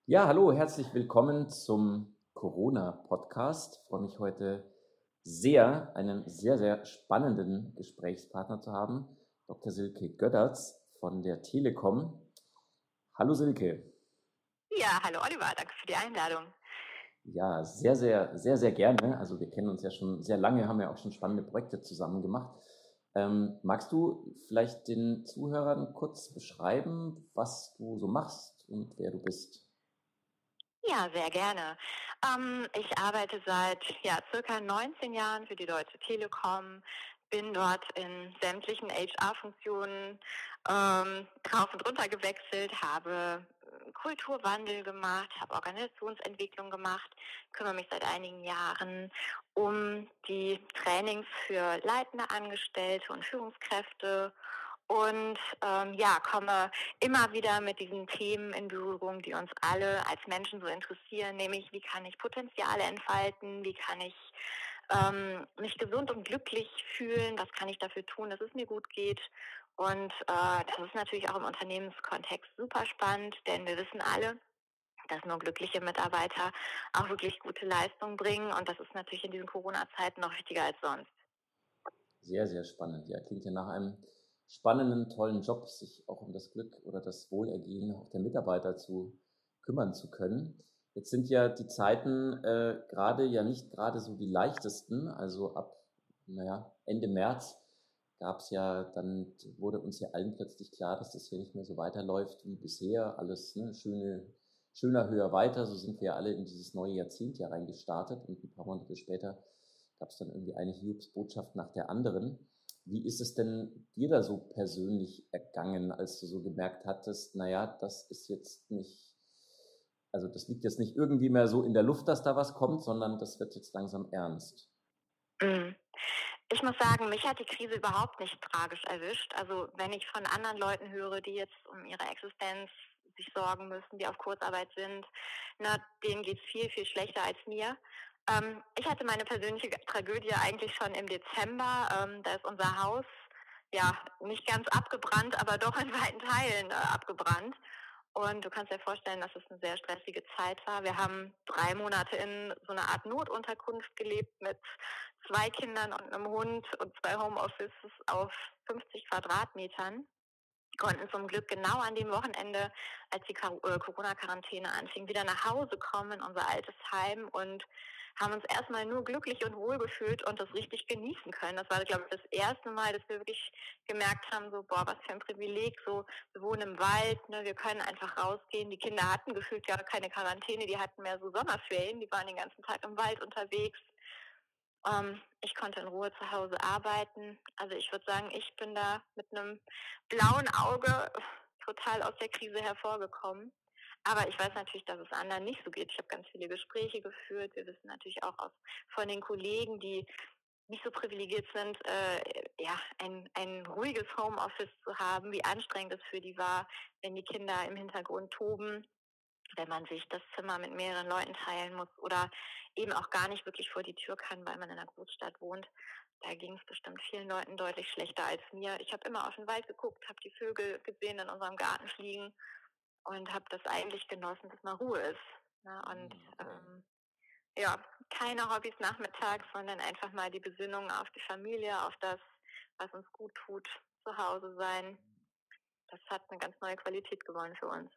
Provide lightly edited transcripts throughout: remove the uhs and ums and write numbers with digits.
Ja, hallo, herzlich willkommen zum Corona-Podcast. Ich freue mich heute sehr, einen sehr, sehr spannenden Gesprächspartner zu haben, Dr. Silke Götterz von der Telekom. Hallo Silke. Ja, hallo Oliver, danke für die Einladung. Ja, sehr, sehr, sehr, sehr gerne. Also wir kennen uns ja schon sehr lange, haben ja auch schon spannende Projekte zusammen gemacht. Magst du vielleicht den Zuhörern kurz beschreiben, was du so machst und wer du bist? Ja, sehr gerne. Ich arbeite seit circa 19 Jahren für die Deutsche Telekom, bin dort in sämtlichen HR-Funktionen rauf und runter gewechselt, habe Kulturwandel gemacht, habe Organisationsentwicklung gemacht, kümmere mich seit einigen Jahren um die Trainings für leitende Angestellte und Führungskräfte und komme immer wieder mit diesen Themen in Berührung, die uns alle als Menschen so interessieren, nämlich wie kann ich Potenziale entfalten, wie kann ich mich gesund und glücklich fühlen, was kann ich dafür tun, dass es mir gut geht. Und das ist natürlich auch im Unternehmenskontext super spannend, denn wir wissen alle, dass nur glückliche Mitarbeiter auch wirklich gute Leistung bringen. Und das ist natürlich in diesen Corona-Zeiten noch wichtiger als sonst. Sehr, sehr spannend. Ja, klingt ja nach einem spannenden, tollen Job, sich auch um das Glück oder das Wohlergehen auch der Mitarbeiter zu kümmern zu können. Jetzt sind ja die Zeiten gerade ja nicht gerade so die leichtesten. Also ab, Ende März gab es ja dann, wurde uns ja allen plötzlich klar, dass das hier nicht mehr so weiterläuft wie bisher. Alles schöner, höher, weiter. So sind wir ja alle in dieses neue Jahrzehnt ja reingestartet und ein paar Monate später gab es dann irgendwie eine Hiobsbotschaft nach der anderen. Wie ist es denn dir da so persönlich ergangen, als du so gemerkt hattest, naja, das ist jetzt nicht, also das liegt jetzt nicht irgendwie mehr so in der Luft, dass da was kommt, sondern das wird jetzt langsam ernst. Mhm. Ich muss sagen, mich hat die Krise überhaupt nicht tragisch erwischt. Also wenn ich von anderen Leuten höre, die jetzt um ihre Existenz sich sorgen müssen, die auf Kurzarbeit sind, na, denen geht es viel, viel schlechter als mir. Ich hatte meine persönliche Tragödie eigentlich schon im Dezember. Da ist unser Haus ja nicht ganz abgebrannt, aber doch in weiten Teilen abgebrannt. Und du kannst dir vorstellen, dass es eine sehr stressige Zeit war. Wir haben 3 Monate in so einer Art Notunterkunft gelebt mit 2 Kindern und einem Hund und 2 Homeoffices auf 50 Quadratmetern. Konnten zum Glück genau an dem Wochenende, als die Corona-Quarantäne anfing, wieder nach Hause kommen in unser altes Heim und haben uns erstmal nur glücklich und wohl gefühlt und das richtig genießen können. Das war, glaube ich, das erste Mal, dass wir wirklich gemerkt haben, so, boah, was für ein Privileg, so, wir wohnen im Wald, ne, wir können einfach rausgehen. Die Kinder hatten gefühlt gar keine Quarantäne, die hatten mehr so Sommerferien, die waren den ganzen Tag im Wald unterwegs. Ich konnte in Ruhe zu Hause arbeiten. Also ich würde sagen, ich bin da mit einem blauen Auge total aus der Krise hervorgekommen. Aber ich weiß natürlich, dass es anderen nicht so geht. Ich habe ganz viele Gespräche geführt. Wir wissen natürlich auch von den Kollegen, die nicht so privilegiert sind, ein ruhiges Homeoffice zu haben, wie anstrengend es für die war, wenn die Kinder im Hintergrund toben, wenn man sich das Zimmer mit mehreren Leuten teilen muss oder eben auch gar nicht wirklich vor die Tür kann, weil man in einer Großstadt wohnt. Da ging es bestimmt vielen Leuten deutlich schlechter als mir. Ich habe immer auf den Wald geguckt, habe die Vögel gesehen in unserem Garten fliegen und habe das eigentlich genossen, dass mal Ruhe ist. Ne? Und Okay. ja, keine Hobbys nachmittags, sondern einfach mal die Besinnung auf die Familie, auf das, was uns gut tut, zu Hause sein. Das hat eine ganz neue Qualität gewonnen für uns.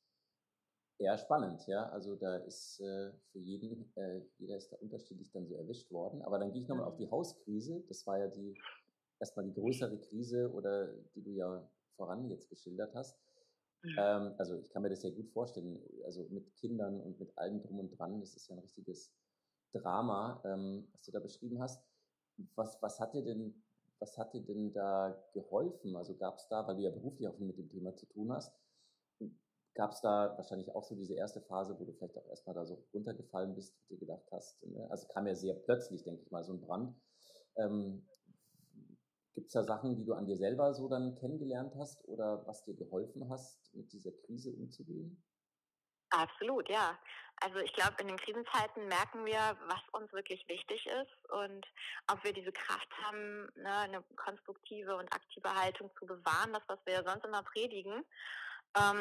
Ja, spannend, ja. Also da ist für jeder ist da unterschiedlich dann so erwischt worden. Aber dann gehe ich nochmal auf die Mhm. Hauskrise. Das war ja erstmal die größere Krise oder die du ja voran jetzt geschildert hast. Also ich kann mir das ja gut vorstellen, also mit Kindern und mit allem drum und dran, das ist ja ein richtiges Drama, was du da beschrieben hast. Was hat was hat dir denn da geholfen? Also gab es da, weil du ja beruflich auch viel mit dem Thema zu tun hast, gab es da wahrscheinlich auch so diese erste Phase, wo du vielleicht auch erstmal da so runtergefallen bist und dir gedacht hast, ne? Also kam ja sehr plötzlich, denke ich mal, so ein Brand. Ähm, Gibt es da Sachen, die du an dir selber so dann kennengelernt hast oder was dir geholfen hast, mit dieser Krise umzugehen? Absolut, ja. Also ich glaube, in den Krisenzeiten merken wir, was uns wirklich wichtig ist und ob wir diese Kraft haben, ne, eine konstruktive und aktive Haltung zu bewahren, das, was wir ja sonst immer predigen.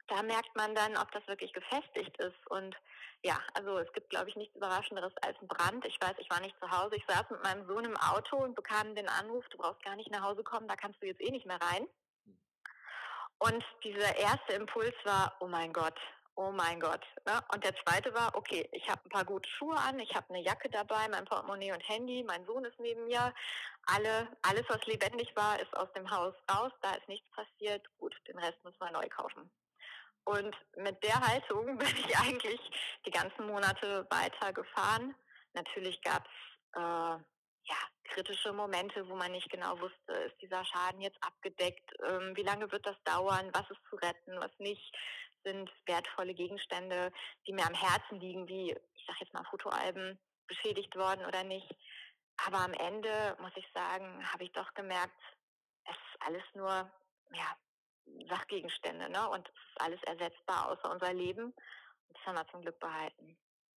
da merkt man dann, ob das wirklich gefestigt ist. Und ja, also es gibt, glaube ich, nichts Überraschenderes als ein Brand. Ich weiß, ich war nicht zu Hause. Ich saß mit meinem Sohn im Auto und bekam den Anruf, du brauchst gar nicht nach Hause kommen, da kannst du jetzt eh nicht mehr rein. Und dieser erste Impuls war, oh mein Gott, oh mein Gott. Ne? Und der zweite war, okay, ich habe ein paar gute Schuhe an, ich habe eine Jacke dabei, mein Portemonnaie und Handy, mein Sohn ist neben mir. Alles, was lebendig war, ist aus dem Haus raus, da ist nichts passiert. Gut, den Rest müssen wir neu kaufen. Und mit der Haltung bin ich eigentlich die ganzen Monate weitergefahren. Natürlich gab es ja, kritische Momente, wo man nicht genau wusste, ist dieser Schaden jetzt abgedeckt, wie lange wird das dauern, was ist zu retten, was nicht, sind wertvolle Gegenstände, die mir am Herzen liegen, wie, ich sage jetzt mal, Fotoalben, beschädigt worden oder nicht. Aber am Ende, muss ich sagen, habe ich doch gemerkt, es ist alles nur, ja, Sachgegenstände, ne? Und es ist alles ersetzbar außer unser Leben. Und das haben wir zum Glück behalten.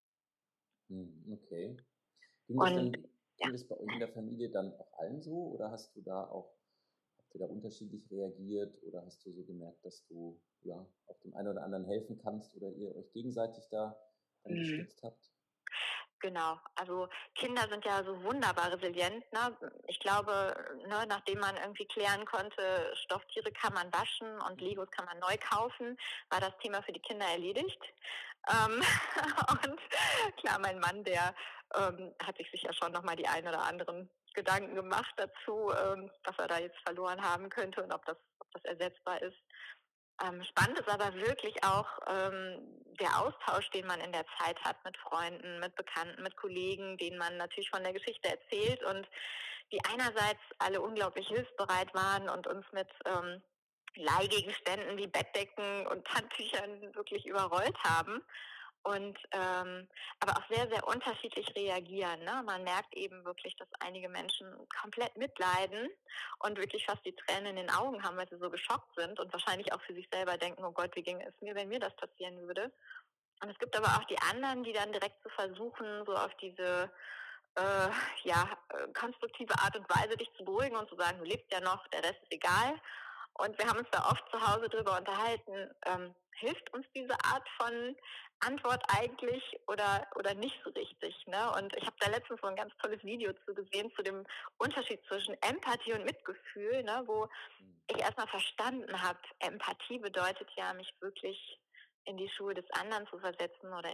Okay. Und ja. Ging das bei euch in der Familie dann auch allen so oder habt ihr da unterschiedlich reagiert oder hast du so gemerkt, dass du ja auch dem einen oder anderen helfen kannst oder ihr euch gegenseitig da dann gestützt habt? Genau, also Kinder sind ja so wunderbar resilient. Ne? Ich glaube, ne, nachdem man irgendwie klären konnte, Stofftiere kann man waschen und Legos kann man neu kaufen, war das Thema für die Kinder erledigt. Ähm, und klar, mein Mann, der hat sich sicher schon nochmal die ein oder anderen Gedanken gemacht dazu, was er da jetzt verloren haben könnte und ob das ersetzbar ist. Spannend ist aber wirklich auch der Austausch, den man in der Zeit hat mit Freunden, mit Bekannten, mit Kollegen, denen man natürlich von der Geschichte erzählt und die einerseits alle unglaublich hilfsbereit waren und uns mit Leihgegenständen wie Bettdecken und Handtüchern wirklich überrollt haben und aber auch sehr, sehr unterschiedlich reagieren. Ne? Man merkt eben wirklich, dass einige Menschen komplett mitleiden und wirklich fast die Tränen in den Augen haben, weil sie so geschockt sind und wahrscheinlich auch für sich selber denken, oh Gott, wie ginge es mir, wenn mir das passieren würde. Und es gibt aber auch die anderen, die dann direkt zu versuchen, so auf diese äh, konstruktive Art und Weise dich zu beruhigen und zu sagen, du lebst ja noch, der Rest ist egal. Und wir haben uns da oft zu Hause drüber unterhalten, hilft uns diese Art von Antwort eigentlich oder nicht so richtig. Ne? Und ich habe da letztens so ein ganz tolles Video zu gesehen, zu dem Unterschied zwischen Empathie und Mitgefühl, ne? Wo ich erstmal verstanden habe, Empathie bedeutet ja, mich wirklich in die Schuhe des anderen zu versetzen oder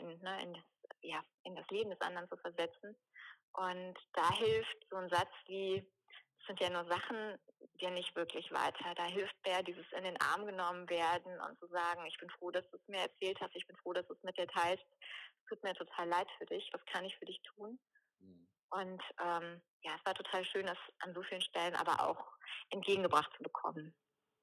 in das Leben des anderen zu versetzen. Und da hilft so ein Satz wie, es sind ja nur Sachen, dir nicht wirklich weiter. Da hilft mehr dieses in den Arm genommen werden und zu sagen, ich bin froh, dass du es mir erzählt hast, ich bin froh, dass du es mit dir teilst. Es tut mir total leid für dich, was kann ich für dich tun? Und ja, es war total schön, das an so vielen Stellen aber auch entgegengebracht zu bekommen.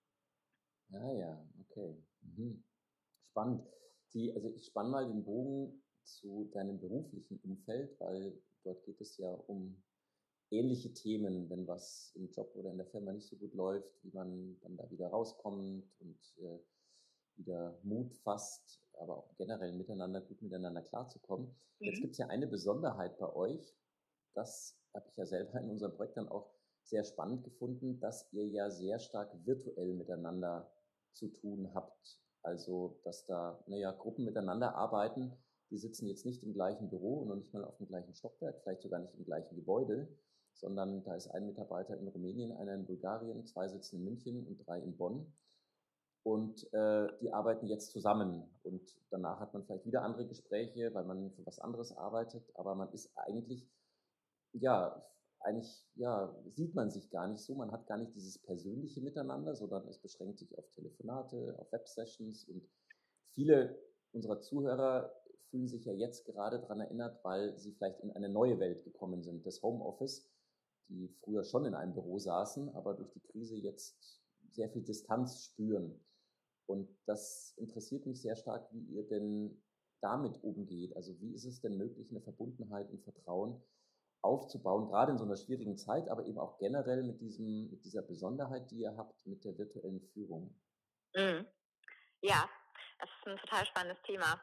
Ah ja, okay. Spannend. Also ich spanne mal den Bogen zu deinem beruflichen Umfeld, weil dort geht es ja um ähnliche Themen, wenn was im Job oder in der Firma nicht so gut läuft, wie man dann da wieder rauskommt und wieder Mut fasst, aber auch generell gut miteinander klarzukommen. Jetzt gibt es ja eine Besonderheit bei euch, das habe ich ja selber in unserem Projekt dann auch sehr spannend gefunden, dass ihr ja sehr stark virtuell miteinander zu tun habt. Also, dass da Gruppen miteinander arbeiten, die sitzen jetzt nicht im gleichen Büro und noch nicht mal auf dem gleichen Stockwerk, vielleicht sogar nicht im gleichen Gebäude, sondern da ist ein Mitarbeiter in Rumänien, einer in Bulgarien, 2 sitzen in München und 3 in Bonn. Und die arbeiten jetzt zusammen. Und danach hat man vielleicht wieder andere Gespräche, weil man für was anderes arbeitet. Aber man ist sieht man sich gar nicht so. Man hat gar nicht dieses persönliche Miteinander, sondern es beschränkt sich auf Telefonate, auf Websessions. Und viele unserer Zuhörer fühlen sich ja jetzt gerade daran erinnert, weil sie vielleicht in eine neue Welt gekommen sind, das Homeoffice, die früher schon in einem Büro saßen, aber durch die Krise jetzt sehr viel Distanz spüren. Und das interessiert mich sehr stark, wie ihr denn damit umgeht. Also wie ist es denn möglich, eine Verbundenheit und Vertrauen aufzubauen, gerade in so einer schwierigen Zeit, aber eben auch generell mit dieser Besonderheit, die ihr habt mit der virtuellen Führung? Mhm. Ja, Das ist ein total spannendes Thema.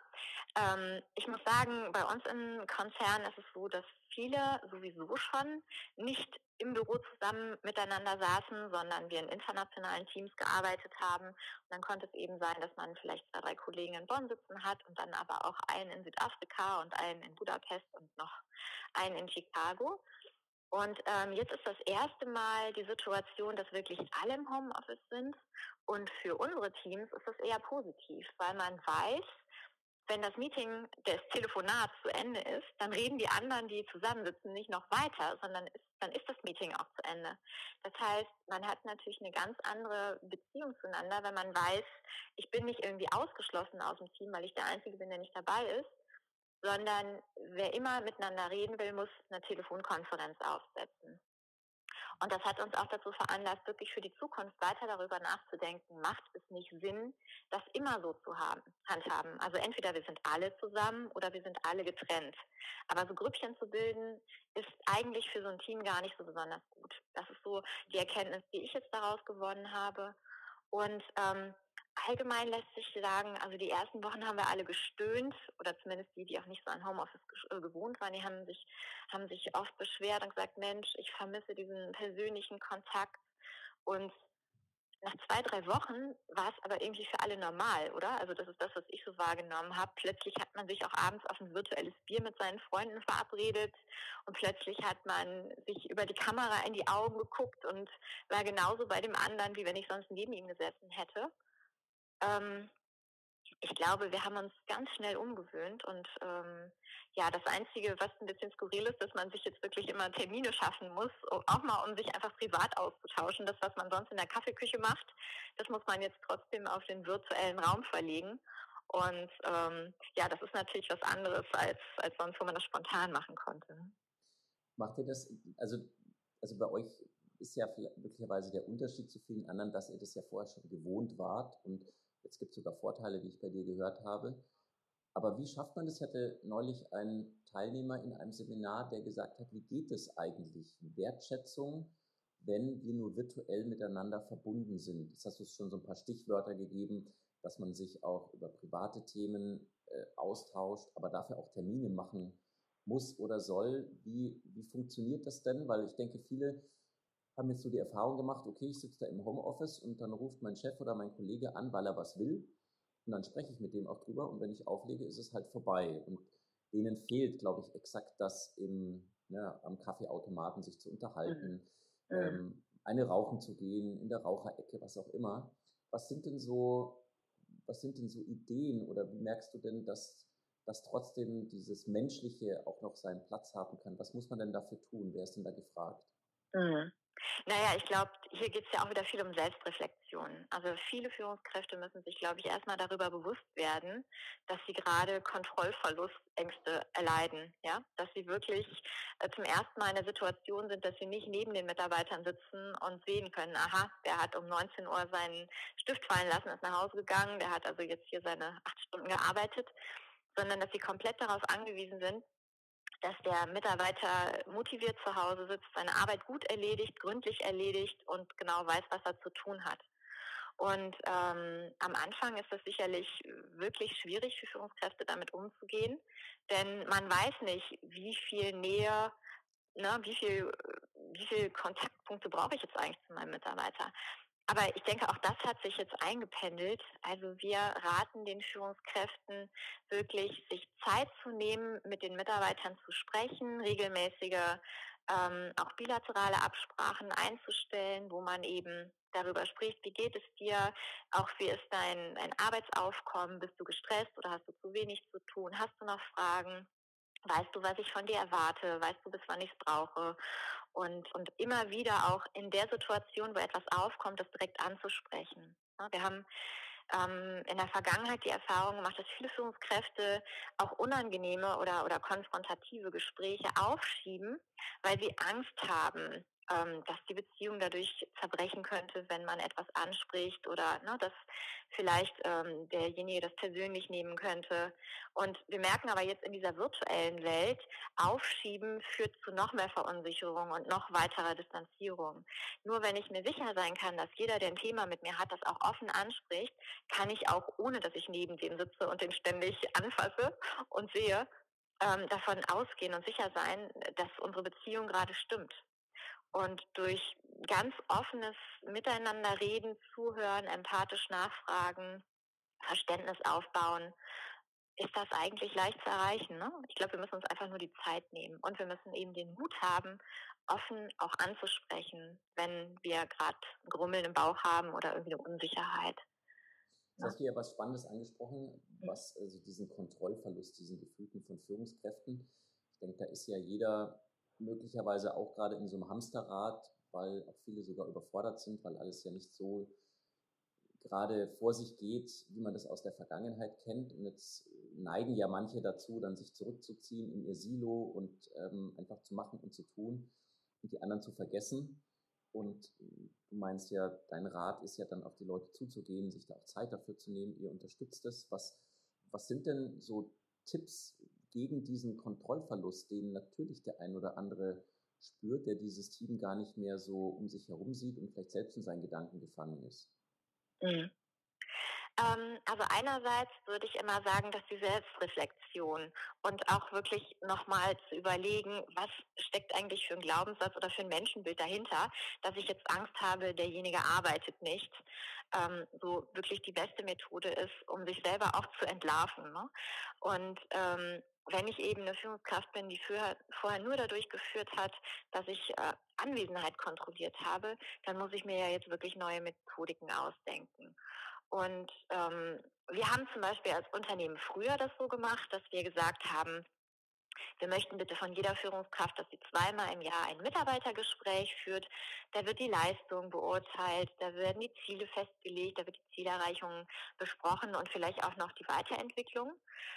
Ich muss sagen, bei uns im Konzern ist es so, dass viele sowieso schon nicht im Büro zusammen miteinander saßen, sondern wir in internationalen Teams gearbeitet haben. Und dann konnte es eben sein, dass man vielleicht 2, 3 Kollegen in Bonn sitzen hat und dann aber auch einen in Südafrika und einen in Budapest und noch einen in Chicago. Und jetzt ist das erste Mal die Situation, dass wirklich alle im Homeoffice sind. Und für unsere Teams ist das eher positiv, weil man weiß, wenn das Meeting des Telefonats zu Ende ist, dann reden die anderen, die zusammensitzen, nicht noch weiter, sondern dann ist das Meeting auch zu Ende. Das heißt, man hat natürlich eine ganz andere Beziehung zueinander, wenn man weiß, ich bin nicht irgendwie ausgeschlossen aus dem Team, weil ich der Einzige bin, der nicht dabei ist, sondern wer immer miteinander reden will, muss eine Telefonkonferenz aufsetzen. Und das hat uns auch dazu veranlasst, wirklich für die Zukunft weiter darüber nachzudenken, macht es nicht Sinn, das immer so zu handhaben. Also entweder wir sind alle zusammen oder wir sind alle getrennt. Aber so Grüppchen zu bilden, ist eigentlich für so ein Team gar nicht so besonders gut. Das ist so die Erkenntnis, die ich jetzt daraus gewonnen habe. Und allgemein lässt sich sagen, also die ersten Wochen haben wir alle gestöhnt, oder zumindest die, die auch nicht so an Homeoffice gewohnt waren, die haben sich oft beschwert und gesagt, Mensch, ich vermisse diesen persönlichen Kontakt. Und nach 2, 3 Wochen war es aber irgendwie für alle normal, oder? Also das ist das, was ich so wahrgenommen habe. Plötzlich hat man sich auch abends auf ein virtuelles Bier mit seinen Freunden verabredet und plötzlich hat man sich über die Kamera in die Augen geguckt und war genauso bei dem anderen, wie wenn ich sonst neben ihm gesessen hätte. Ähm, Ich glaube, wir haben uns ganz schnell umgewöhnt und ja, das Einzige, was ein bisschen skurril ist, dass man sich jetzt wirklich immer Termine schaffen muss, auch mal um sich einfach privat auszutauschen. Das, was man sonst in der Kaffeeküche macht, das muss man jetzt trotzdem auf den virtuellen Raum verlegen. Und ja, das ist natürlich was anderes als sonst, wo man das spontan machen konnte. Macht ihr das, also bei euch ist ja möglicherweise der Unterschied zu vielen anderen, dass ihr das ja vorher schon gewohnt wart und jetzt gibt es sogar Vorteile, wie ich bei dir gehört habe. Aber wie schafft man das? Ich hatte neulich einen Teilnehmer in einem Seminar, der gesagt hat, wie geht es eigentlich? Wertschätzung, wenn wir nur virtuell miteinander verbunden sind. Jetzt hast du schon so ein paar Stichwörter gegeben, dass man sich auch über private Themen austauscht, aber dafür auch Termine machen muss oder soll. Wie funktioniert das denn? Weil ich denke, viele haben jetzt so die Erfahrung gemacht, okay, ich sitze da im Homeoffice und dann ruft mein Chef oder mein Kollege an, weil er was will. Und dann spreche ich mit dem auch drüber und wenn ich auflege, ist es halt vorbei. Und denen fehlt, glaube ich, exakt das am Kaffeeautomaten sich zu unterhalten, eine rauchen zu gehen, in der Raucherecke, was auch immer. Was sind denn so, was sind denn so Ideen oder wie merkst du denn, dass trotzdem dieses Menschliche auch noch seinen Platz haben kann? Was muss man denn dafür tun? Wer ist denn da gefragt? Mhm. Naja, ich glaube, hier geht es ja auch wieder viel um Selbstreflexion. Also viele Führungskräfte müssen sich, glaube ich, erstmal darüber bewusst werden, dass sie gerade Kontrollverlustängste erleiden. Ja? Dass sie wirklich zum ersten Mal in der Situation sind, dass sie nicht neben den Mitarbeitern sitzen und sehen können, aha, der hat um 19 Uhr seinen Stift fallen lassen, ist nach Hause gegangen, der hat also jetzt hier seine 8 Stunden gearbeitet, sondern dass sie komplett darauf angewiesen sind, dass der Mitarbeiter motiviert zu Hause sitzt, seine Arbeit gut erledigt, gründlich erledigt und genau weiß, was er zu tun hat. Und am Anfang ist es sicherlich wirklich schwierig für Führungskräfte damit umzugehen, denn man weiß nicht, wie viel Nähe, ne, wie viel Kontaktpunkte brauche ich jetzt eigentlich zu meinem Mitarbeiter. Aber ich denke, auch das hat sich jetzt eingependelt. Also wir raten den Führungskräften wirklich, sich Zeit zu nehmen, mit den Mitarbeitern zu sprechen, regelmäßige, auch bilaterale Absprachen einzustellen, wo man eben darüber spricht, wie geht es dir, auch wie ist dein Arbeitsaufkommen, bist du gestresst oder hast du zu wenig zu tun, hast du noch Fragen? Weißt du, was ich von dir erwarte? Weißt du, bis wann ich es brauche? Und immer wieder auch in der Situation, wo etwas aufkommt, das direkt anzusprechen. Ja, wir haben in der Vergangenheit die Erfahrung gemacht, dass viele Führungskräfte auch unangenehme oder konfrontative Gespräche aufschieben, weil sie Angst haben, dass die Beziehung dadurch zerbrechen könnte, wenn man etwas anspricht oder ne, dass vielleicht derjenige das persönlich nehmen könnte. Und wir merken aber jetzt in dieser virtuellen Welt, Aufschieben führt zu noch mehr Verunsicherung und noch weiterer Distanzierung. Nur wenn ich mir sicher sein kann, dass jeder, der ein Thema mit mir hat, das auch offen anspricht, kann ich auch, ohne dass ich neben dem sitze und den ständig anfasse und sehe, davon ausgehen und sicher sein, dass unsere Beziehung gerade stimmt. Und durch ganz offenes Miteinander reden, zuhören, empathisch nachfragen, Verständnis aufbauen, ist das eigentlich leicht zu erreichen. Ne? Ich glaube, wir müssen uns einfach nur die Zeit nehmen und wir müssen eben den Mut haben, offen auch anzusprechen, wenn wir gerade ein Grummeln im Bauch haben oder irgendwie eine Unsicherheit. Jetzt Ne? hast du ja was Spannendes angesprochen, was also diesen Kontrollverlust, diesen gefühlten von Führungskräften. Ich denke, da ist ja jeder möglicherweise auch gerade in so einem Hamsterrad, weil auch viele sogar überfordert sind, weil alles ja nicht so gerade vor sich geht, wie man das aus der Vergangenheit kennt. Und jetzt neigen ja manche dazu, dann sich zurückzuziehen in ihr Silo und einfach zu machen und zu tun und die anderen zu vergessen. Und du meinst ja, dein Rat ist ja dann auf die Leute zuzugehen, sich da auch Zeit dafür zu nehmen. Ihr unterstützt es. Was sind denn so Tipps gegen diesen Kontrollverlust, den natürlich der ein oder andere spürt, der dieses Team gar nicht mehr so um sich herum sieht und vielleicht selbst in seinen Gedanken gefangen ist? Mhm. Also einerseits würde ich immer sagen, dass die Selbstreflexion und auch wirklich nochmal zu überlegen, was steckt eigentlich für ein Glaubenssatz oder für ein Menschenbild dahinter, dass ich jetzt Angst habe, derjenige arbeitet nicht, so wirklich die beste Methode ist, um sich selber auch zu entlarven. Ne? Und wenn ich eben eine Führungskraft bin, die vorher nur dadurch geführt hat, dass ich Anwesenheit kontrolliert habe, dann muss ich mir ja jetzt wirklich neue Methodiken ausdenken. Und wir haben zum Beispiel als Unternehmen früher das so gemacht, dass wir gesagt haben, wir möchten bitte von jeder Führungskraft, dass sie zweimal im Jahr ein Mitarbeitergespräch führt. Da wird die Leistung beurteilt, da werden die Ziele festgelegt, da wird die Zielerreichung besprochen und vielleicht auch noch die Weiterentwicklung.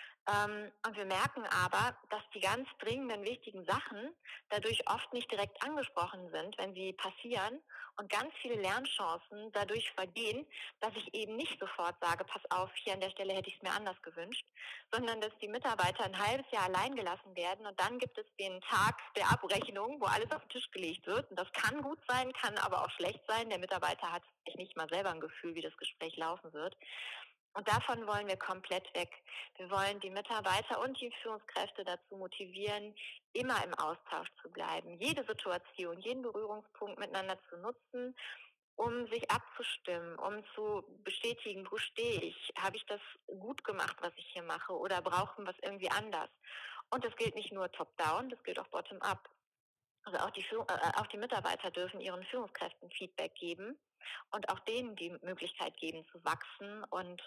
Und wir merken aber, dass die ganz dringenden, wichtigen Sachen dadurch oft nicht direkt angesprochen sind, wenn sie passieren und ganz viele Lernchancen dadurch vergehen, dass ich eben nicht sofort sage, pass auf, hier an der Stelle hätte ich es mir anders gewünscht, sondern dass die Mitarbeiter ein halbes Jahr allein gelassen werden und dann gibt es den Tag der Abrechnung, wo alles auf den Tisch gelegt wird. Und das kann gut sein, kann aber auch schlecht sein. Der Mitarbeiter hat vielleicht nicht mal selber ein Gefühl, wie das Gespräch laufen wird. Und davon wollen wir komplett weg. Wir wollen die Mitarbeiter und die Führungskräfte dazu motivieren, immer im Austausch zu bleiben, jede Situation, jeden Berührungspunkt miteinander zu nutzen, um sich abzustimmen, um zu bestätigen, wo stehe ich, habe ich das gut gemacht, was ich hier mache, oder brauchen wir es irgendwie anders. Und das gilt nicht nur top-down, das gilt auch bottom-up. Also auch die Mitarbeiter dürfen ihren Führungskräften Feedback geben und auch denen die Möglichkeit geben zu wachsen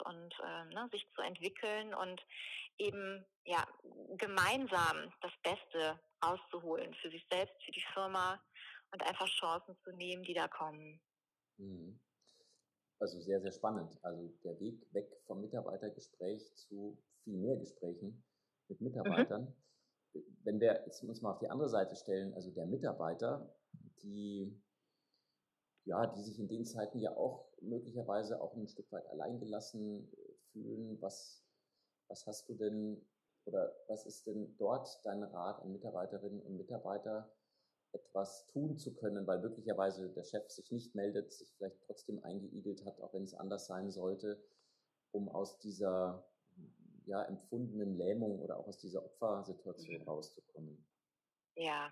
und sich zu entwickeln und eben ja gemeinsam das Beste rauszuholen für sich selbst, für die Firma und einfach Chancen zu nehmen, die da kommen. Mhm. Also sehr, sehr spannend. Also der Weg weg vom Mitarbeitergespräch zu viel mehr Gesprächen mit Mhm. Mitarbeitern. Wenn wir jetzt uns mal auf die andere Seite stellen, also der Mitarbeiter, die, ja, die sich in den Zeiten ja auch möglicherweise auch ein Stück weit alleingelassen fühlen. Was hast du denn oder was ist denn dort dein Rat an Mitarbeiterinnen und Mitarbeiter, etwas tun zu können, weil möglicherweise der Chef sich nicht meldet, sich vielleicht trotzdem eingeigelt hat, auch wenn es anders sein sollte, um aus dieser ja, empfundenen Lähmung oder auch aus dieser Opfersituation Mhm. rauszukommen? Ja,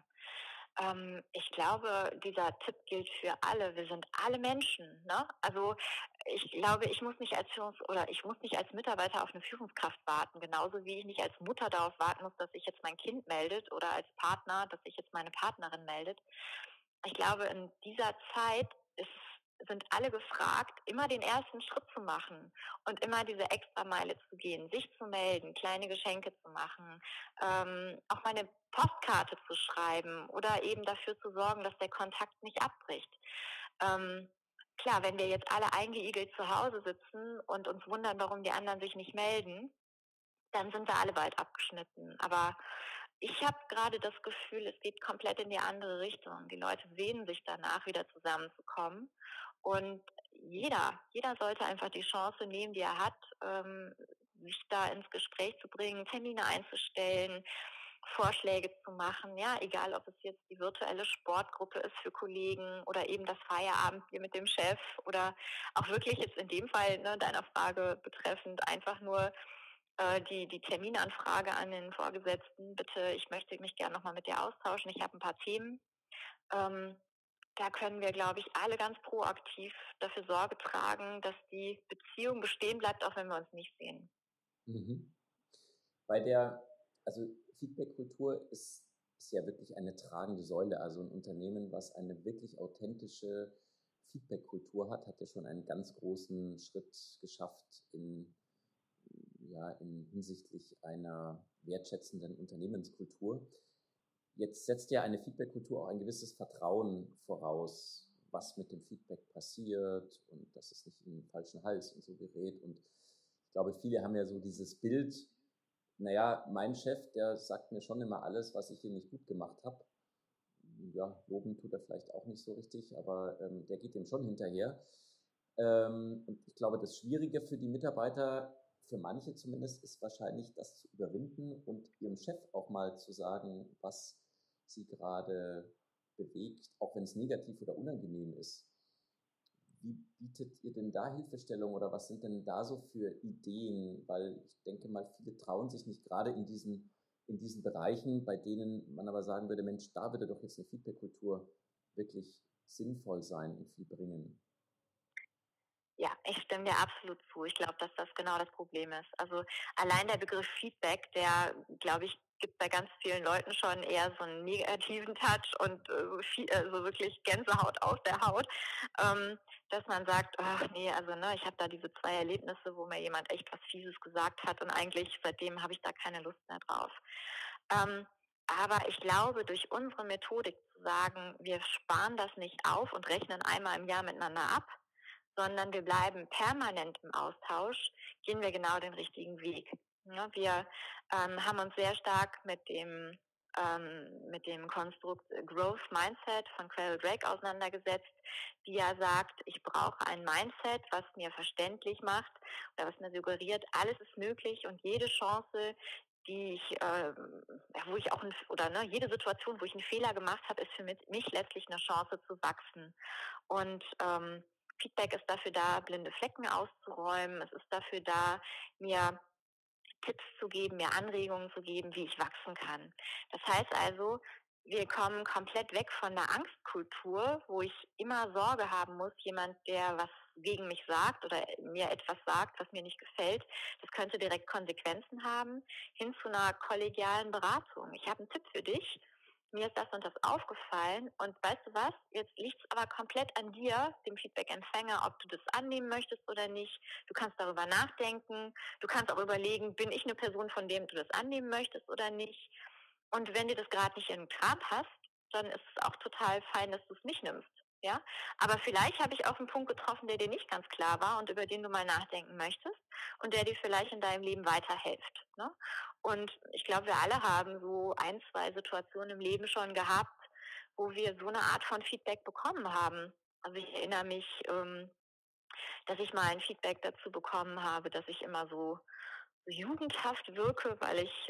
ich glaube, dieser Tipp gilt für alle. Wir sind alle Menschen, ne? Also, ich glaube, ich muss nicht als Mitarbeiter auf eine Führungskraft warten, genauso wie ich nicht als Mutter darauf warten muss, dass sich jetzt mein Kind meldet oder als Partner, dass sich jetzt meine Partnerin meldet. Ich glaube, in dieser Zeit sind alle gefragt, immer den ersten Schritt zu machen und immer diese Extrameile zu gehen, sich zu melden, kleine Geschenke zu machen, auch mal eine Postkarte zu schreiben oder eben dafür zu sorgen, dass der Kontakt nicht abbricht. Ähm, klar, wenn wir jetzt alle eingeigelt zu Hause sitzen und uns wundern, warum die anderen sich nicht melden, dann sind wir alle bald abgeschnitten. Aber Ich habe gerade das Gefühl, es geht komplett in die andere Richtung. Die Leute sehnen sich danach, wieder zusammenzukommen. Und jeder sollte einfach die Chance nehmen, die er hat, sich da ins Gespräch zu bringen, Termine einzustellen, Vorschläge zu machen, ja, egal ob es jetzt die virtuelle Sportgruppe ist für Kollegen oder eben das Feierabendbier mit dem Chef oder auch wirklich jetzt in dem Fall, ne, deiner Frage betreffend, einfach nur die Terminanfrage an den Vorgesetzten, bitte, ich möchte mich gerne nochmal mit dir austauschen, ich habe ein paar Themen. Ähm, Da können wir, glaube ich, alle ganz proaktiv dafür Sorge tragen, dass die Beziehung bestehen bleibt, auch wenn wir uns nicht sehen. Mhm. Bei der, also Feedback-Kultur ist ja wirklich eine tragende Säule. Also ein Unternehmen, was eine wirklich authentische Feedback-Kultur hat, hat ja schon einen ganz großen Schritt geschafft in hinsichtlich einer wertschätzenden Unternehmenskultur. Jetzt setzt ja eine Feedback-Kultur auch ein gewisses Vertrauen voraus, was mit dem Feedback passiert und dass es nicht in den falschen Hals und so gerät. Und ich glaube, viele haben ja so dieses Bild, naja, mein Chef, der sagt mir schon immer alles, was ich hier nicht gut gemacht habe. Ja, loben tut er vielleicht auch nicht so richtig, aber der geht dem schon hinterher. Und ich glaube, das Schwierige für die Mitarbeiter, für manche zumindest, ist wahrscheinlich, das zu überwinden und ihrem Chef auch mal zu sagen, was sie gerade bewegt, auch wenn es negativ oder unangenehm ist. Wie bietet ihr denn da Hilfestellung oder was sind denn da so für Ideen? Weil ich denke mal, viele trauen sich nicht gerade in diesen Bereichen, bei denen man aber sagen würde, Mensch, da würde doch jetzt eine Feedback-Kultur wirklich sinnvoll sein und viel bringen. Ja, ich stimme dir absolut zu. Ich glaube, dass das genau das Problem ist. Also allein der Begriff Feedback, der, glaube ich, gibt bei ganz vielen Leuten schon eher so einen negativen Touch und so wirklich Gänsehaut auf der Haut, dass man sagt, ach nee, also ne, ich habe da diese zwei Erlebnisse, wo mir jemand echt was Fieses gesagt hat und eigentlich seitdem habe ich da keine Lust mehr drauf. Ähm, aber ich glaube, durch unsere Methodik zu sagen, wir sparen das nicht auf und rechnen einmal im Jahr miteinander ab, sondern wir bleiben permanent im Austausch, gehen wir genau den richtigen Weg. Ja, wir haben uns sehr stark mit dem Konstrukt Growth Mindset von Carol Drake auseinandergesetzt, die ja sagt, ich brauche ein Mindset, was mir verständlich macht oder was mir suggeriert, alles ist möglich und jede Chance, die ich, wo ich auch, jede Situation, wo ich einen Fehler gemacht habe, ist für mich letztlich eine Chance zu wachsen. Und Feedback ist dafür da, blinde Flecken auszuräumen. Es ist dafür da, mir Tipps zu geben, mir Anregungen zu geben, wie ich wachsen kann. Das heißt also, wir kommen komplett weg von der Angstkultur, wo ich immer Sorge haben muss, jemand, der was gegen mich sagt oder mir etwas sagt, was mir nicht gefällt, das könnte direkt Konsequenzen haben, hin zu einer kollegialen Beratung. Ich habe einen Tipp für dich. Mir ist das und das aufgefallen und weißt du was, jetzt liegt es aber komplett an dir, dem Feedback-Empfänger, ob du das annehmen möchtest oder nicht. Du kannst darüber nachdenken, du kannst auch überlegen, bin ich eine Person, von der du das annehmen möchtest oder nicht. Und wenn dir das gerade nicht in den Kram passt, dann ist es auch total fein, dass du es nicht nimmst. Ja, aber vielleicht habe ich auch einen Punkt getroffen, der dir nicht ganz klar war und über den du mal nachdenken möchtest und der dir vielleicht in deinem Leben weiterhilft. Ne? Und ich glaube, wir alle haben so ein, zwei Situationen im Leben schon gehabt, wo wir so eine Art von Feedback bekommen haben. Also ich erinnere mich, dass ich mal ein Feedback dazu bekommen habe, dass ich immer so jugendhaft wirke, weil ich,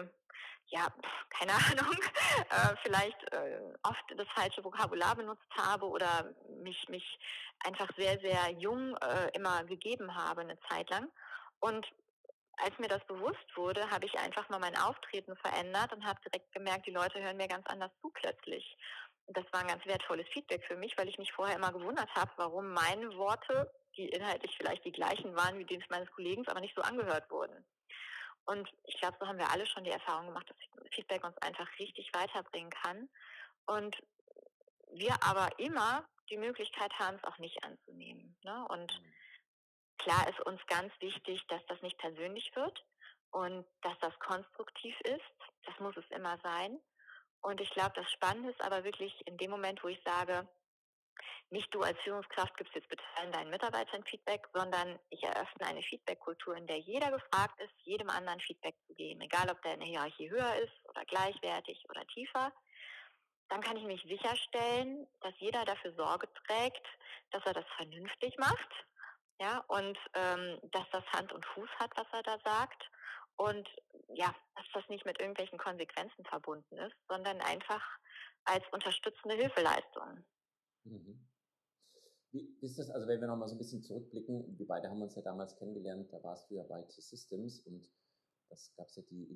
keine Ahnung, vielleicht oft das falsche Vokabular benutzt habe oder mich einfach sehr, sehr jung immer gegeben habe eine Zeit lang. Und als mir das bewusst wurde, habe ich einfach mal mein Auftreten verändert und habe direkt gemerkt, die Leute hören mir ganz anders zu plötzlich. Und das war ein ganz wertvolles Feedback für mich, weil ich mich vorher immer gewundert habe, warum meine Worte, die inhaltlich vielleicht die gleichen waren wie die meines Kollegen, aber nicht so angehört wurden. Und ich glaube, so haben wir alle schon die Erfahrung gemacht, dass Feedback uns einfach richtig weiterbringen kann. Und wir aber immer die Möglichkeit haben, es auch nicht anzunehmen. Ne? Und klar ist uns ganz wichtig, dass das nicht persönlich wird und dass das konstruktiv ist. Das muss es immer sein. Und ich glaube, das Spannende ist aber wirklich in dem Moment, wo ich sage, nicht du als Führungskraft gibst jetzt bitte allen deinen Mitarbeitern Feedback, sondern ich eröffne eine Feedback-Kultur, in der jeder gefragt ist, jedem anderen Feedback zu geben, egal ob der in der Hierarchie höher ist oder gleichwertig oder tiefer. Dann kann ich mich sicherstellen, dass jeder dafür Sorge trägt, dass er das vernünftig macht, ja, und dass das Hand und Fuß hat, was er da sagt. Und ja, dass das nicht mit irgendwelchen Konsequenzen verbunden ist, sondern einfach als unterstützende Hilfeleistung. Mhm. Wie ist das, also wenn wir nochmal so ein bisschen zurückblicken, wir beide haben uns ja damals kennengelernt, da warst du ja bei T-Systems und das gab es ja die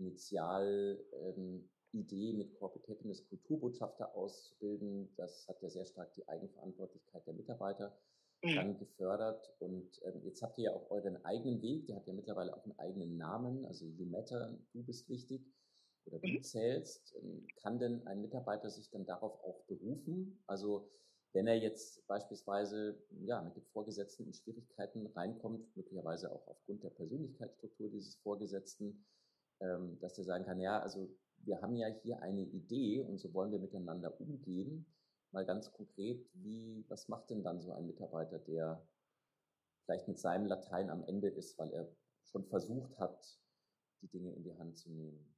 Idee, mit Corporate Happiness Kulturbotschafter auszubilden. Das hat ja sehr stark die Eigenverantwortlichkeit der Mitarbeiter dann gefördert. Und jetzt habt ihr ja auch euren eigenen Weg, der hat ja mittlerweile auch einen eigenen Namen, also You Matter, du bist wichtig oder du zählst. Kann denn ein Mitarbeiter sich dann darauf auch berufen? Also wenn er jetzt beispielsweise ja, mit dem Vorgesetzten in Schwierigkeiten reinkommt, möglicherweise auch aufgrund der Persönlichkeitsstruktur dieses Vorgesetzten, dass er sagen kann, ja, also wir haben ja hier eine Idee und so wollen wir miteinander umgehen. Mal ganz konkret, was macht denn dann so ein Mitarbeiter, der vielleicht mit seinem Latein am Ende ist, weil er schon versucht hat, die Dinge in die Hand zu nehmen?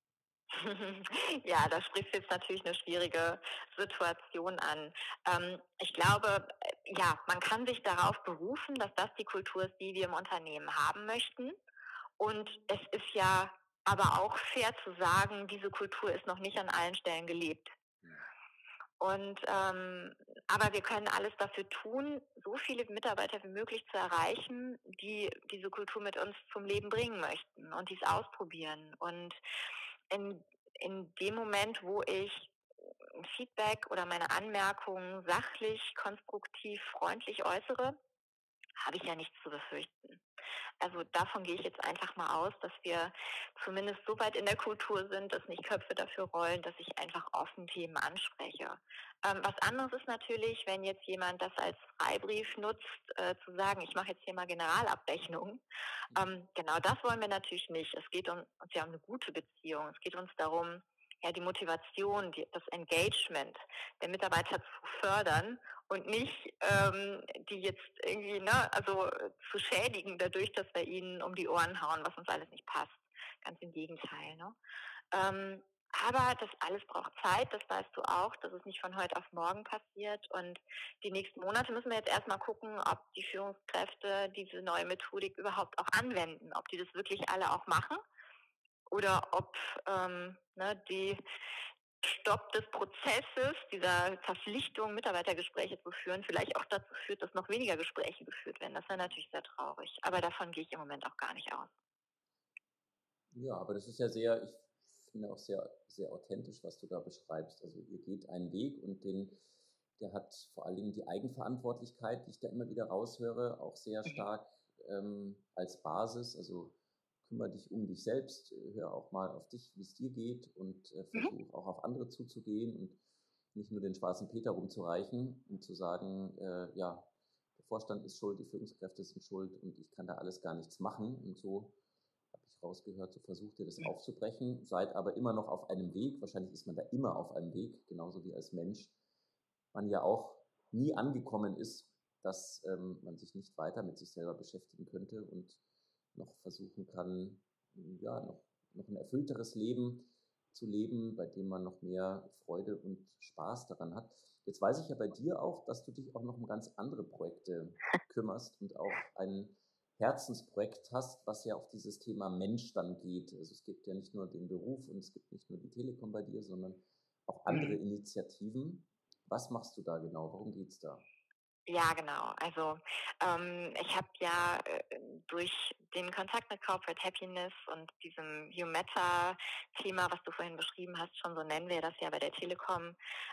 Ja, da sprichst du jetzt natürlich eine schwierige Situation an. Ich glaube, ja, man kann sich darauf berufen, dass das die Kultur ist, die wir im Unternehmen haben möchten. Und es ist ja aber auch fair zu sagen, diese Kultur ist noch nicht an allen Stellen gelebt. Und aber wir können alles dafür tun, so viele Mitarbeiter wie möglich zu erreichen, die diese Kultur mit uns zum Leben bringen möchten und dies ausprobieren. Und in, in dem Moment, wo ich Feedback oder meine Anmerkungen sachlich, konstruktiv, freundlich äußere, habe ich ja nichts zu befürchten. Also davon gehe ich jetzt einfach mal aus, dass wir zumindest so weit in der Kultur sind, dass nicht Köpfe dafür rollen, dass ich einfach offen Themen anspreche. Was anderes ist natürlich, wenn jetzt jemand das als Freibrief nutzt, zu sagen, ich mache jetzt hier mal Generalabrechnung. Genau das wollen wir natürlich nicht. Es geht uns ja um eine gute Beziehung. Es geht uns darum, ja, die Motivation, das Engagement der Mitarbeiter zu fördern und nicht die jetzt irgendwie, ne, also zu schädigen dadurch, dass wir ihnen um die Ohren hauen, was uns alles nicht passt. Ganz im Gegenteil. Ne? Aber das alles braucht Zeit, das weißt du auch, dass es nicht von heute auf morgen passiert. Und die nächsten Monate müssen wir jetzt erstmal gucken, ob die Führungskräfte diese neue Methodik überhaupt auch anwenden, ob die das wirklich alle auch machen oder ob die Stopp des Prozesses, dieser Verpflichtung, Mitarbeitergespräche zu führen, vielleicht auch dazu führt, dass noch weniger Gespräche geführt werden. Das wäre natürlich sehr traurig. Aber davon gehe ich im Moment auch gar nicht aus. Ja, aber das ist ja sehr, ich finde auch sehr, sehr authentisch, was du da beschreibst. Also ihr geht einen Weg und der hat vor allen Dingen die Eigenverantwortlichkeit, die ich da immer wieder raushöre, auch sehr stark als Basis. Also kümmere dich um dich selbst, hör auch mal auf dich, wie es dir geht und versuch auch auf andere zuzugehen und nicht nur den schwarzen Peter rumzureichen und zu sagen, ja, der Vorstand ist schuld, die Führungskräfte sind schuld und ich kann da alles gar nichts machen. Und so habe ich rausgehört, so versucht ihr das aufzubrechen, seid aber immer noch auf einem Weg. Wahrscheinlich ist man da immer auf einem Weg, genauso wie als Mensch man ja auch nie angekommen ist, dass man sich nicht weiter mit sich selber beschäftigen könnte und noch versuchen kann, ja, noch ein erfüllteres Leben zu leben, bei dem man noch mehr Freude und Spaß daran hat. Jetzt weiß ich ja bei dir auch, dass du dich auch noch um ganz andere Projekte kümmerst und auch ein Herzensprojekt hast, was ja auf dieses Thema Mensch dann geht. Also es gibt ja nicht nur den Beruf und es gibt nicht nur die Telekom bei dir, sondern auch andere Initiativen. Was machst du da genau? Worum geht's da? Ja, genau. Also ich habe ja durch den Kontakt mit Corporate Happiness und diesem You Matter-Thema, was du vorhin beschrieben hast, schon so nennen wir das ja bei der Telekom,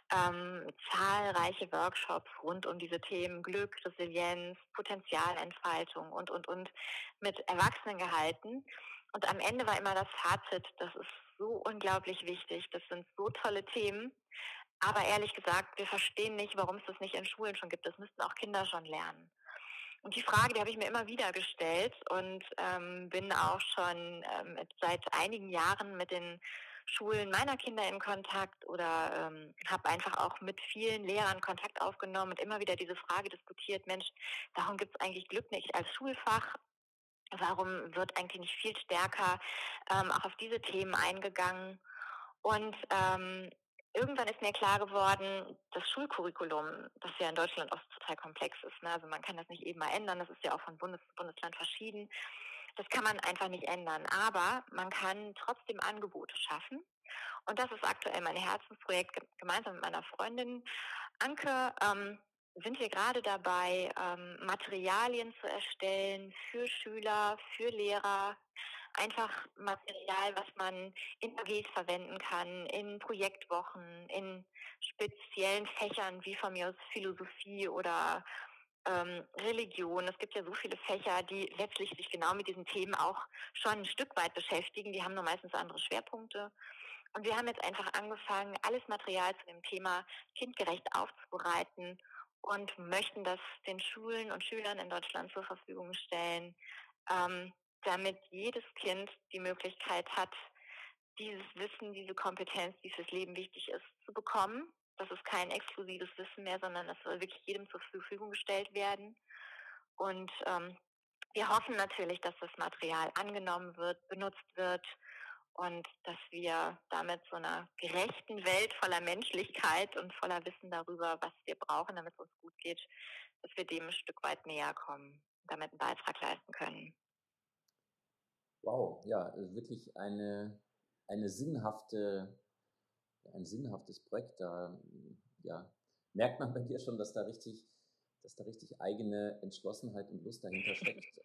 zahlreiche Workshops rund um diese Themen Glück, Resilienz, Potenzialentfaltung und mit Erwachsenen gehalten. Und am Ende war immer das Fazit, das ist so unglaublich wichtig, das sind so tolle Themen. Aber ehrlich gesagt, wir verstehen nicht, warum es das nicht in Schulen schon gibt. Das müssten auch Kinder schon lernen. Und die Frage, die habe ich mir immer wieder gestellt und bin auch schon seit einigen Jahren mit den Schulen meiner Kinder in Kontakt oder habe einfach auch mit vielen Lehrern Kontakt aufgenommen und immer wieder diese Frage diskutiert, Mensch, warum gibt es eigentlich Glück nicht als Schulfach? Warum wird eigentlich nicht viel stärker auch auf diese Themen eingegangen? Und irgendwann ist mir klar geworden, das Schulcurriculum, das ja in Deutschland auch total komplex ist, ne? Also man kann das nicht eben mal ändern, das ist ja auch von Bundes zu Bundesland verschieden. Das kann man einfach nicht ändern, aber man kann trotzdem Angebote schaffen. Und das ist aktuell mein Herzensprojekt. Gemeinsam mit meiner Freundin Anke sind wir gerade dabei, Materialien zu erstellen für Schüler, für Lehrer. Einfach Material, was man in AGs verwenden kann, in Projektwochen, in speziellen Fächern wie von mir aus Philosophie oder Religion. Es gibt ja so viele Fächer, die letztlich sich genau mit diesen Themen auch schon ein Stück weit beschäftigen. Die haben nur meistens andere Schwerpunkte. Und wir haben jetzt einfach angefangen, alles Material zu dem Thema kindgerecht aufzubereiten und möchten das den Schulen und Schülern in Deutschland zur Verfügung stellen, ähm, damit jedes Kind die Möglichkeit hat, dieses Wissen, diese Kompetenz, die fürs Leben wichtig ist, zu bekommen. Das ist kein exklusives Wissen mehr, sondern das soll wirklich jedem zur Verfügung gestellt werden. Und wir hoffen natürlich, dass das Material angenommen wird, benutzt wird und dass wir damit so einer gerechten Welt voller Menschlichkeit und voller Wissen darüber, was wir brauchen, damit es uns gut geht, dass wir dem ein Stück weit näher kommen, damit einen Beitrag leisten können. Wow, ja, wirklich eine ein sinnhaftes Projekt. Da ja, merkt man bei dir schon, dass da richtig eigene Entschlossenheit und Lust dahinter steckt.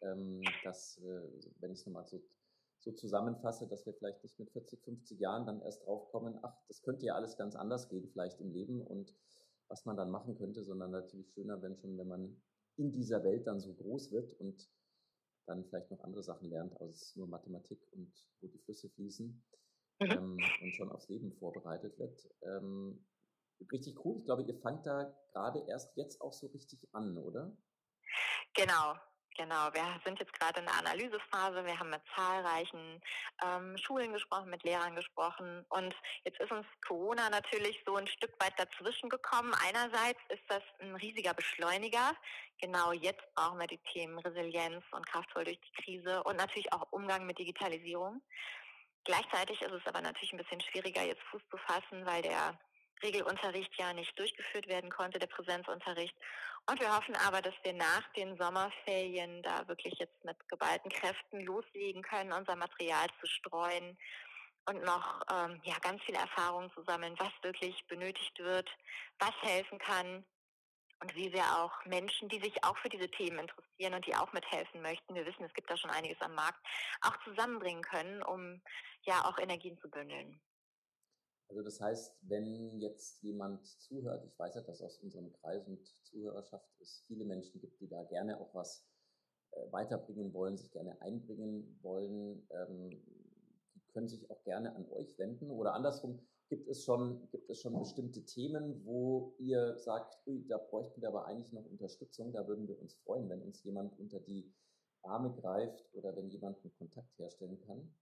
Wenn ich es nochmal so zusammenfasse, dass wir vielleicht nicht mit 40, 50 Jahren dann erst drauf kommen, ach, das könnte ja alles ganz anders gehen, vielleicht im Leben und was man dann machen könnte, sondern natürlich schöner, wenn man in dieser Welt dann so groß wird und dann vielleicht noch andere Sachen lernt, als nur Mathematik und wo die Flüsse fließen und schon aufs Leben vorbereitet wird. Richtig cool. Ich glaube, ihr fangt da gerade erst jetzt auch so richtig an, oder? Genau, genau. Wir sind jetzt gerade in der Analysephase. Wir haben mit zahlreichen Schulen gesprochen, mit Lehrern gesprochen. Und jetzt ist uns Corona natürlich so ein Stück weit dazwischen gekommen. Einerseits ist das ein riesiger Beschleuniger. Genau jetzt brauchen wir die Themen Resilienz und kraftvoll durch die Krise und natürlich auch Umgang mit Digitalisierung. Gleichzeitig ist es aber natürlich ein bisschen schwieriger, jetzt Fuß zu fassen, weil der Regelunterricht ja nicht durchgeführt werden konnte, der Präsenzunterricht. Und wir hoffen aber, dass wir nach den Sommerferien da wirklich jetzt mit geballten Kräften loslegen können, unser Material zu streuen und noch ja, ganz viel Erfahrung zu sammeln, was wirklich benötigt wird, was helfen kann und wie wir auch Menschen, die sich auch für diese Themen interessieren und die auch mithelfen möchten, wir wissen, es gibt da schon einiges am Markt, auch zusammenbringen können, um ja auch Energien zu bündeln. Also das heißt, wenn jetzt jemand zuhört, ich weiß ja, dass aus unserem Kreis und Zuhörerschaft es viele Menschen gibt, die da gerne auch was weiterbringen wollen, sich gerne einbringen wollen, die können sich auch gerne an euch wenden oder andersrum, gibt es schon bestimmte Themen, wo ihr sagt, ui, da bräuchten wir aber eigentlich noch Unterstützung, da würden wir uns freuen, wenn uns jemand unter die Arme greift oder wenn jemand einen Kontakt herstellen kann?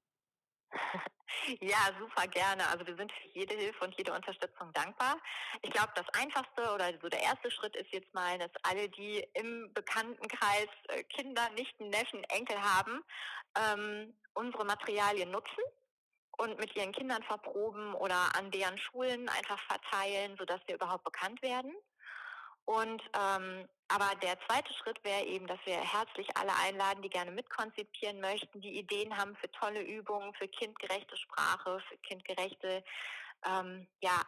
Ja, super gerne. Also wir sind für jede Hilfe und jede Unterstützung dankbar. Ich glaube, das Einfachste oder so der erste Schritt ist jetzt mal, dass alle, die im Bekanntenkreis Kinder, Nichten, Neffen, Enkel haben, unsere Materialien nutzen und mit ihren Kindern verproben oder an deren Schulen einfach verteilen, sodass wir überhaupt bekannt werden. Und aber der zweite Schritt wäre eben, dass wir herzlich alle einladen, die gerne mitkonzipieren möchten, die Ideen haben für tolle Übungen, für kindgerechte Sprache, für kindgerechte ja,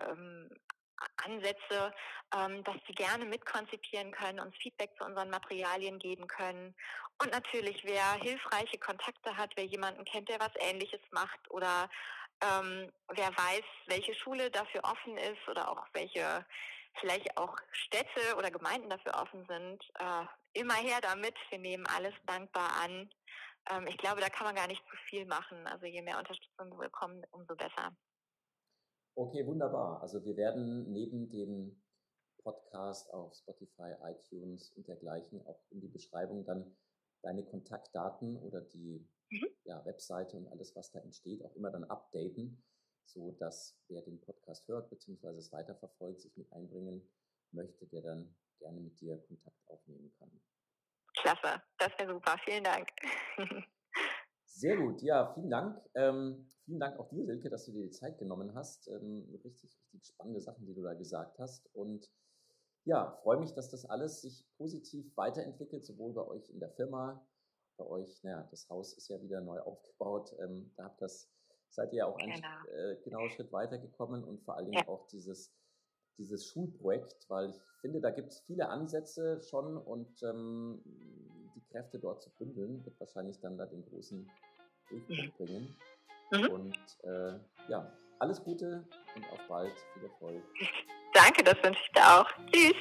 Ansätze, dass sie gerne mitkonzipieren können, uns Feedback zu unseren Materialien geben können. Und natürlich, wer hilfreiche Kontakte hat, wer jemanden kennt, der was Ähnliches macht oder wer weiß, welche Schule dafür offen ist oder auch welche vielleicht auch Städte oder Gemeinden dafür offen sind, immer her damit. Wir nehmen alles dankbar an. Ich glaube, da kann man gar nicht zu viel machen. Also je mehr Unterstützung wir bekommen, umso besser. Okay, wunderbar. Also wir werden neben dem Podcast auf Spotify, iTunes und dergleichen auch in die Beschreibung dann deine Kontaktdaten oder die Mhm. ja, Webseite und alles, was da entsteht, auch immer dann updaten. so dass wer den Podcast hört bzw. es weiterverfolgt, sich mit einbringen möchte, der dann gerne mit dir Kontakt aufnehmen kann. Klasse, das wäre super. Vielen Dank. Sehr gut, ja, vielen Dank. Vielen Dank auch dir, Silke, dass du dir die Zeit genommen hast. Richtig spannende Sachen, die du da gesagt hast. Und ja, freue mich, dass das alles sich positiv weiterentwickelt, sowohl bei euch in der Firma, bei euch, das Haus ist ja wieder neu aufgebaut. Seid ihr ja auch einen Schritt weitergekommen und vor allen Dingen auch dieses Schulprojekt, weil ich finde, da gibt es viele Ansätze schon und die Kräfte dort zu bündeln, wird wahrscheinlich dann da den großen Durchbruch bringen. Und alles Gute und auf bald, viel Erfolg. Danke, das wünsche ich dir auch. Tschüss.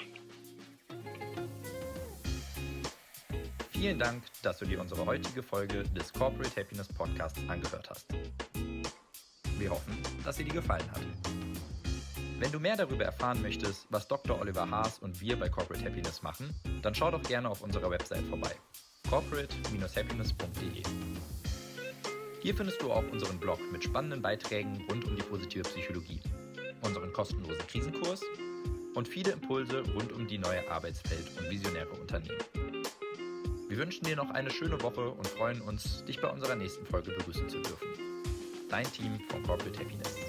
Vielen Dank, dass du dir unsere heutige Folge des Corporate Happiness Podcasts angehört hast. Wir hoffen, dass sie dir gefallen hat. Wenn du mehr darüber erfahren möchtest, was Dr. Oliver Haas und wir bei Corporate Happiness machen, dann schau doch gerne auf unserer Website vorbei, corporate-happiness.de. Hier findest du auch unseren Blog mit spannenden Beiträgen rund um die positive Psychologie, unseren kostenlosen Krisenkurs und viele Impulse rund um die neue Arbeitswelt und visionäre Unternehmen. Wir wünschen dir noch eine schöne Woche und freuen uns, dich bei unserer nächsten Folge begrüßen zu dürfen. Dein Team von Corporate Happiness.